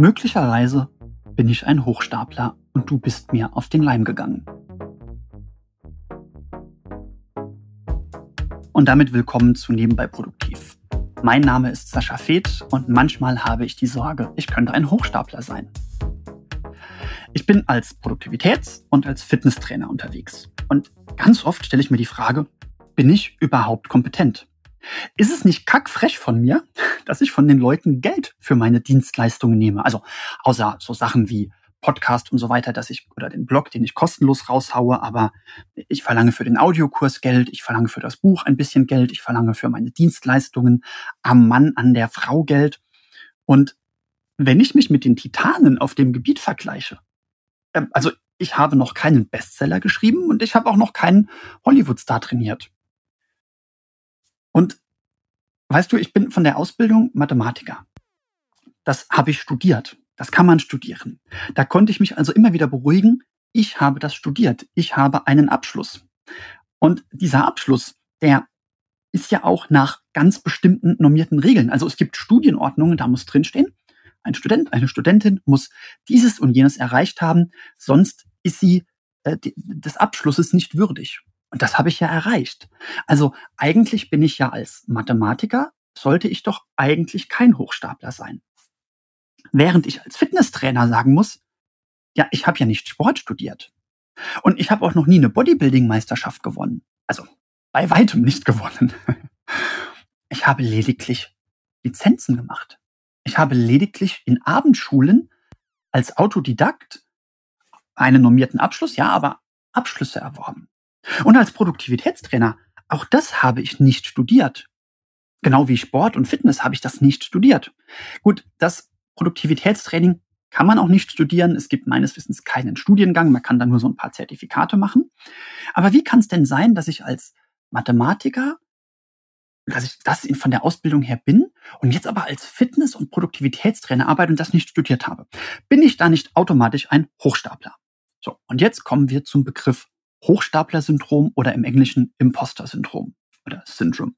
Möglicherweise bin ich ein Hochstapler und du bist mir auf den Leim gegangen. Und damit willkommen zu Nebenbei Produktiv. Mein Name ist Sascha Feth und manchmal habe ich die Sorge, ich könnte ein Hochstapler sein. Ich bin als Produktivitäts- und als Fitnesstrainer unterwegs. Und ganz oft stelle ich mir die Frage, bin ich überhaupt kompetent? Ist es nicht kackfrech von mir, dass ich von den Leuten Geld für meine Dienstleistungen nehme? Also außer so Sachen wie Podcast und so weiter, oder den Blog, den ich kostenlos raushaue, aber ich verlange für den Audiokurs Geld, ich verlange für das Buch ein bisschen Geld, ich verlange für meine Dienstleistungen am Mann, an der Frau Geld. Und wenn ich mich mit den Titanen auf dem Gebiet vergleiche, also ich habe noch keinen Bestseller geschrieben und ich habe auch noch keinen Hollywood-Star trainiert. Und weißt du, ich bin von der Ausbildung Mathematiker. Das habe ich studiert. Das kann man studieren. Da konnte ich mich also immer wieder beruhigen. Ich habe das studiert. Ich habe einen Abschluss. Und dieser Abschluss, der ist ja auch nach ganz bestimmten normierten Regeln. Also es gibt Studienordnungen, da muss drinstehen, ein Student, eine Studentin muss dieses und jenes erreicht haben, sonst ist sie des Abschlusses nicht würdig. Und das habe ich ja erreicht. Also eigentlich bin ich ja als Mathematiker, sollte ich doch eigentlich kein Hochstapler sein. Während ich als Fitnesstrainer sagen muss, ja, ich habe ja nicht Sport studiert. Und ich habe auch noch nie eine Bodybuilding-Meisterschaft gewonnen. Also bei weitem nicht gewonnen. Ich habe lediglich Lizenzen gemacht. Ich habe lediglich in Abendschulen als Autodidakt einen normierten Abschluss, ja, aber Abschlüsse erworben. Und als Produktivitätstrainer, auch das habe ich nicht studiert. Genau wie Sport und Fitness habe ich das nicht studiert. Gut, das Produktivitätstraining kann man auch nicht studieren. Es gibt meines Wissens keinen Studiengang. Man kann da nur so ein paar Zertifikate machen. Aber wie kann es denn sein, dass ich als Mathematiker, dass ich das von der Ausbildung her bin und jetzt aber als Fitness- und Produktivitätstrainer arbeite und das nicht studiert habe? Bin ich da nicht automatisch ein Hochstapler? So, und jetzt kommen wir zum Begriff Hochstapler-Syndrom oder im Englischen Imposter-Syndrom oder Syndrome.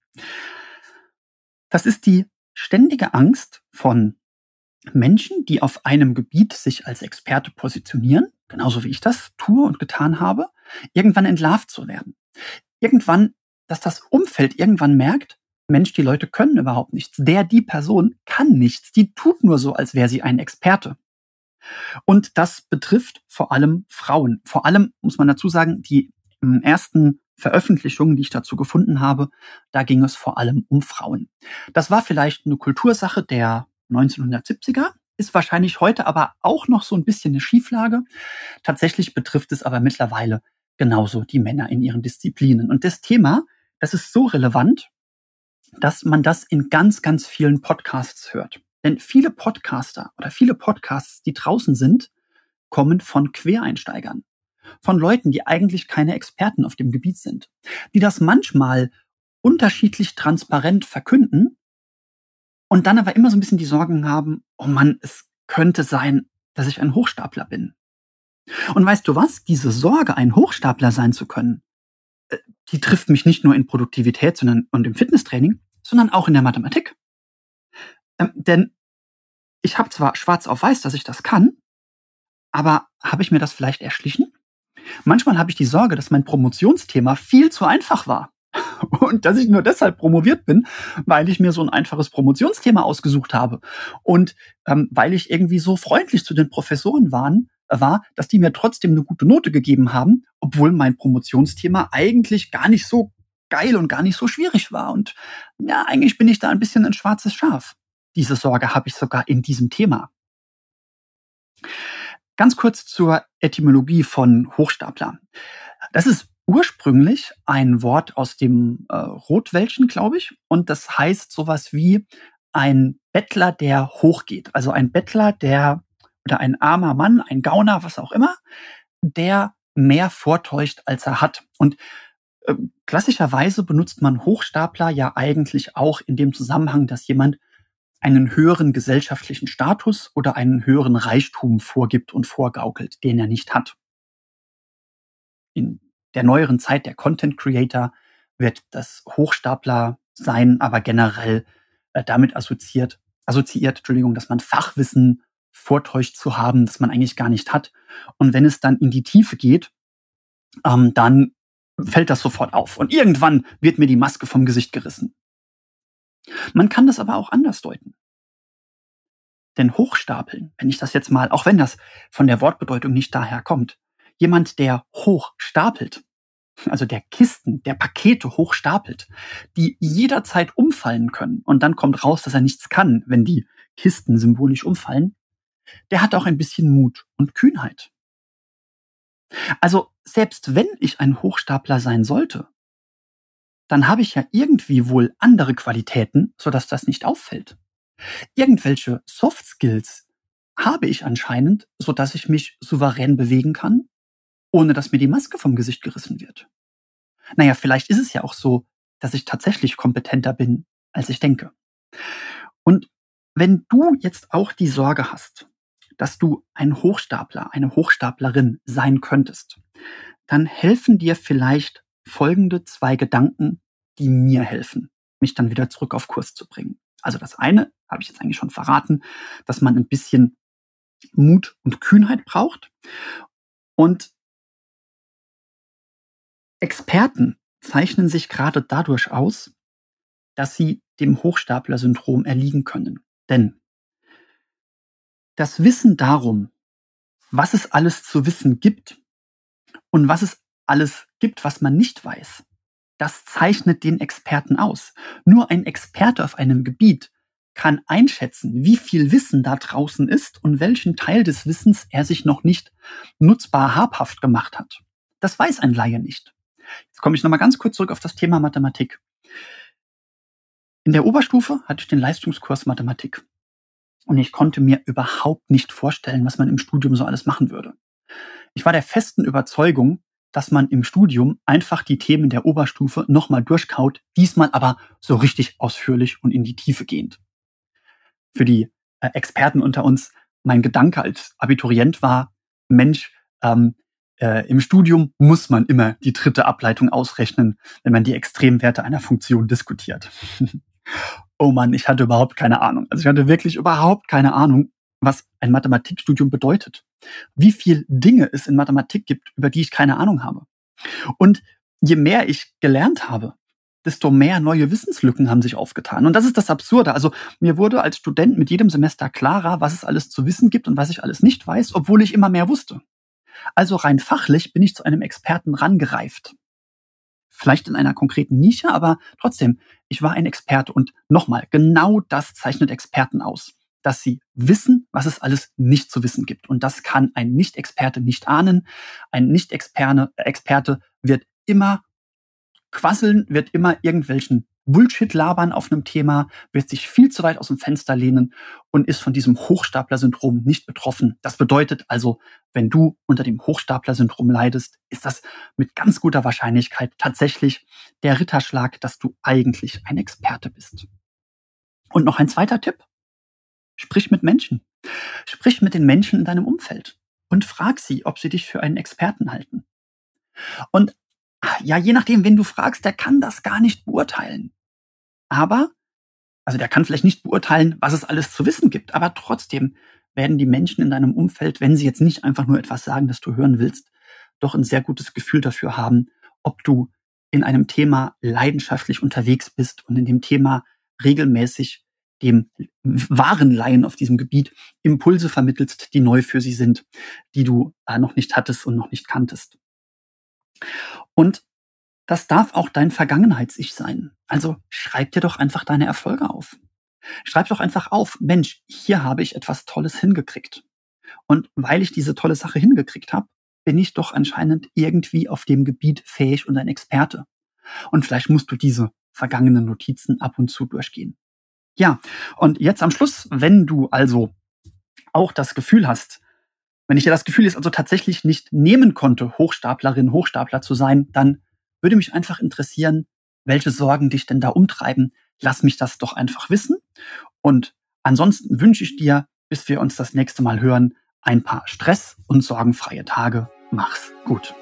Das ist die ständige Angst von Menschen, die auf einem Gebiet sich als Experte positionieren, genauso wie ich das tue und getan habe, irgendwann entlarvt zu werden. Irgendwann, dass das Umfeld irgendwann merkt, Mensch, die Leute können überhaupt nichts. Die Person kann nichts. Die tut nur so, als wäre sie ein Experte. Und das betrifft vor allem Frauen. Vor allem muss man dazu sagen, die ersten Veröffentlichungen, die ich dazu gefunden habe, da ging es vor allem um Frauen. Das war vielleicht eine Kultursache der 1970er, ist wahrscheinlich heute aber auch noch so ein bisschen eine Schieflage. Tatsächlich betrifft es aber mittlerweile genauso die Männer in ihren Disziplinen. Und das Thema, das ist so relevant, dass man das in ganz, ganz vielen Podcasts hört. Denn viele Podcaster oder viele Podcasts, die draußen sind, kommen von Quereinsteigern. Von Leuten, die eigentlich keine Experten auf dem Gebiet sind. Die das manchmal unterschiedlich transparent verkünden und dann aber immer so ein bisschen die Sorgen haben, oh Mann, es könnte sein, dass ich ein Hochstapler bin. Und weißt du was? Diese Sorge, ein Hochstapler sein zu können, die trifft mich nicht nur in Produktivität und im Fitnesstraining, sondern auch in der Mathematik. Denn ich habe zwar schwarz auf weiß, dass ich das kann, aber habe ich mir das vielleicht erschlichen? Manchmal habe ich die Sorge, dass mein Promotionsthema viel zu einfach war. Und dass ich nur deshalb promoviert bin, weil ich mir so ein einfaches Promotionsthema ausgesucht habe. Und weil ich irgendwie so freundlich zu den Professoren war, dass die mir trotzdem eine gute Note gegeben haben, obwohl mein Promotionsthema eigentlich gar nicht so geil und gar nicht so schwierig war. Und ja, eigentlich bin ich da ein bisschen ein schwarzes Schaf. Diese Sorge habe ich sogar in diesem Thema. Ganz kurz zur Etymologie von Hochstapler. Das ist ursprünglich ein Wort aus dem Rotwelschen, glaube ich. Und das heißt sowas wie ein Bettler, der hochgeht. Also ein Bettler, oder ein armer Mann, ein Gauner, was auch immer, der mehr vortäuscht, als er hat. Und klassischerweise benutzt man Hochstapler ja eigentlich auch in dem Zusammenhang, dass jemand einen höheren gesellschaftlichen Status oder einen höheren Reichtum vorgibt und vorgaukelt, den er nicht hat. In der neueren Zeit der Content Creator wird das Hochstapler sein, aber generell damit assoziiert, dass man Fachwissen vortäuscht zu haben, das man eigentlich gar nicht hat. Und wenn es dann in die Tiefe geht, dann fällt das sofort auf. Und irgendwann wird mir die Maske vom Gesicht gerissen. Man kann das aber auch anders deuten. Denn hochstapeln, wenn ich das jetzt mal, auch wenn das von der Wortbedeutung nicht daher kommt, jemand, der hoch stapelt, also der Kisten, der Pakete hochstapelt, die jederzeit umfallen können und dann kommt raus, dass er nichts kann, wenn die Kisten symbolisch umfallen, der hat auch ein bisschen Mut und Kühnheit. Also selbst wenn ich ein Hochstapler sein sollte, dann habe ich ja irgendwie wohl andere Qualitäten, sodass das nicht auffällt. Irgendwelche Soft Skills habe ich anscheinend, sodass ich mich souverän bewegen kann, ohne dass mir die Maske vom Gesicht gerissen wird. Naja, vielleicht ist es ja auch so, dass ich tatsächlich kompetenter bin, als ich denke. Und wenn du jetzt auch die Sorge hast, dass du ein Hochstapler, eine Hochstaplerin sein könntest, dann helfen dir vielleicht folgende 2 Gedanken, die mir helfen, mich dann wieder zurück auf Kurs zu bringen. Also das eine, habe ich jetzt eigentlich schon verraten, dass man ein bisschen Mut und Kühnheit braucht. Und Experten zeichnen sich gerade dadurch aus, dass sie dem Hochstapler-Syndrom erliegen können. Denn das Wissen darum, was es alles zu wissen gibt und was es alles gibt, was man nicht weiß, das zeichnet den Experten aus. Nur ein Experte auf einem Gebiet kann einschätzen, wie viel Wissen da draußen ist und welchen Teil des Wissens er sich noch nicht nutzbar habhaft gemacht hat. Das weiß ein Laie nicht. Jetzt komme ich nochmal ganz kurz zurück auf das Thema Mathematik. In der Oberstufe hatte ich den Leistungskurs Mathematik. Und ich konnte mir überhaupt nicht vorstellen, was man im Studium so alles machen würde. Ich war der festen Überzeugung, dass man im Studium einfach die Themen der Oberstufe nochmal durchkaut, diesmal aber so richtig ausführlich und in die Tiefe gehend. Für die Experten unter uns, mein Gedanke als Abiturient war, Mensch, im Studium muss man immer die 3. Ableitung ausrechnen, wenn man die Extremwerte einer Funktion diskutiert. Oh Mann, ich hatte überhaupt keine Ahnung. Also ich hatte wirklich überhaupt keine Ahnung, was ein Mathematikstudium bedeutet. Wie viel Dinge es in Mathematik gibt, über die ich keine Ahnung habe. Und je mehr ich gelernt habe, desto mehr neue Wissenslücken haben sich aufgetan. Und das ist das Absurde. Also mir wurde als Student mit jedem Semester klarer, was es alles zu wissen gibt und was ich alles nicht weiß, obwohl ich immer mehr wusste. Also rein fachlich bin ich zu einem Experten rangereift. Vielleicht in einer konkreten Nische, aber trotzdem, ich war ein Experte. Und nochmal, genau das zeichnet Experten aus, dass sie wissen, was es alles nicht zu wissen gibt. Und das kann ein Nicht-Experte nicht ahnen. Ein Nicht-Experte wird immer quasseln, wird immer irgendwelchen Bullshit labern auf einem Thema, wird sich viel zu weit aus dem Fenster lehnen und ist von diesem Hochstapler-Syndrom nicht betroffen. Das bedeutet also, wenn du unter dem Hochstapler-Syndrom leidest, ist das mit ganz guter Wahrscheinlichkeit tatsächlich der Ritterschlag, dass du eigentlich ein Experte bist. Und noch ein zweiter Tipp. Sprich mit Menschen. Sprich mit den Menschen in deinem Umfeld und frag sie, ob sie dich für einen Experten halten. Und ja, je nachdem, wen du fragst, der kann das gar nicht beurteilen. Aber, also der kann vielleicht nicht beurteilen, was es alles zu wissen gibt, aber trotzdem werden die Menschen in deinem Umfeld, wenn sie jetzt nicht einfach nur etwas sagen, das du hören willst, doch ein sehr gutes Gefühl dafür haben, ob du in einem Thema leidenschaftlich unterwegs bist und in dem Thema regelmäßig dem wahren Laien auf diesem Gebiet Impulse vermittelst, die neu für sie sind, die du noch nicht hattest und noch nicht kanntest. Und das darf auch dein Vergangenheits-Ich sein. Also schreib dir doch einfach deine Erfolge auf. Schreib doch einfach auf, Mensch, hier habe ich etwas Tolles hingekriegt. Und weil ich diese tolle Sache hingekriegt habe, bin ich doch anscheinend irgendwie auf dem Gebiet fähig und ein Experte. Und vielleicht musst du diese vergangenen Notizen ab und zu durchgehen. Ja, und jetzt am Schluss, wenn du also auch das Gefühl hast, wenn ich dir das Gefühl jetzt also tatsächlich nicht nehmen konnte, Hochstaplerin, Hochstapler zu sein, dann würde mich einfach interessieren, welche Sorgen dich denn da umtreiben. Lass mich das doch einfach wissen. Und ansonsten wünsche ich dir, bis wir uns das nächste Mal hören, ein paar stress- und sorgenfreie Tage. Mach's gut.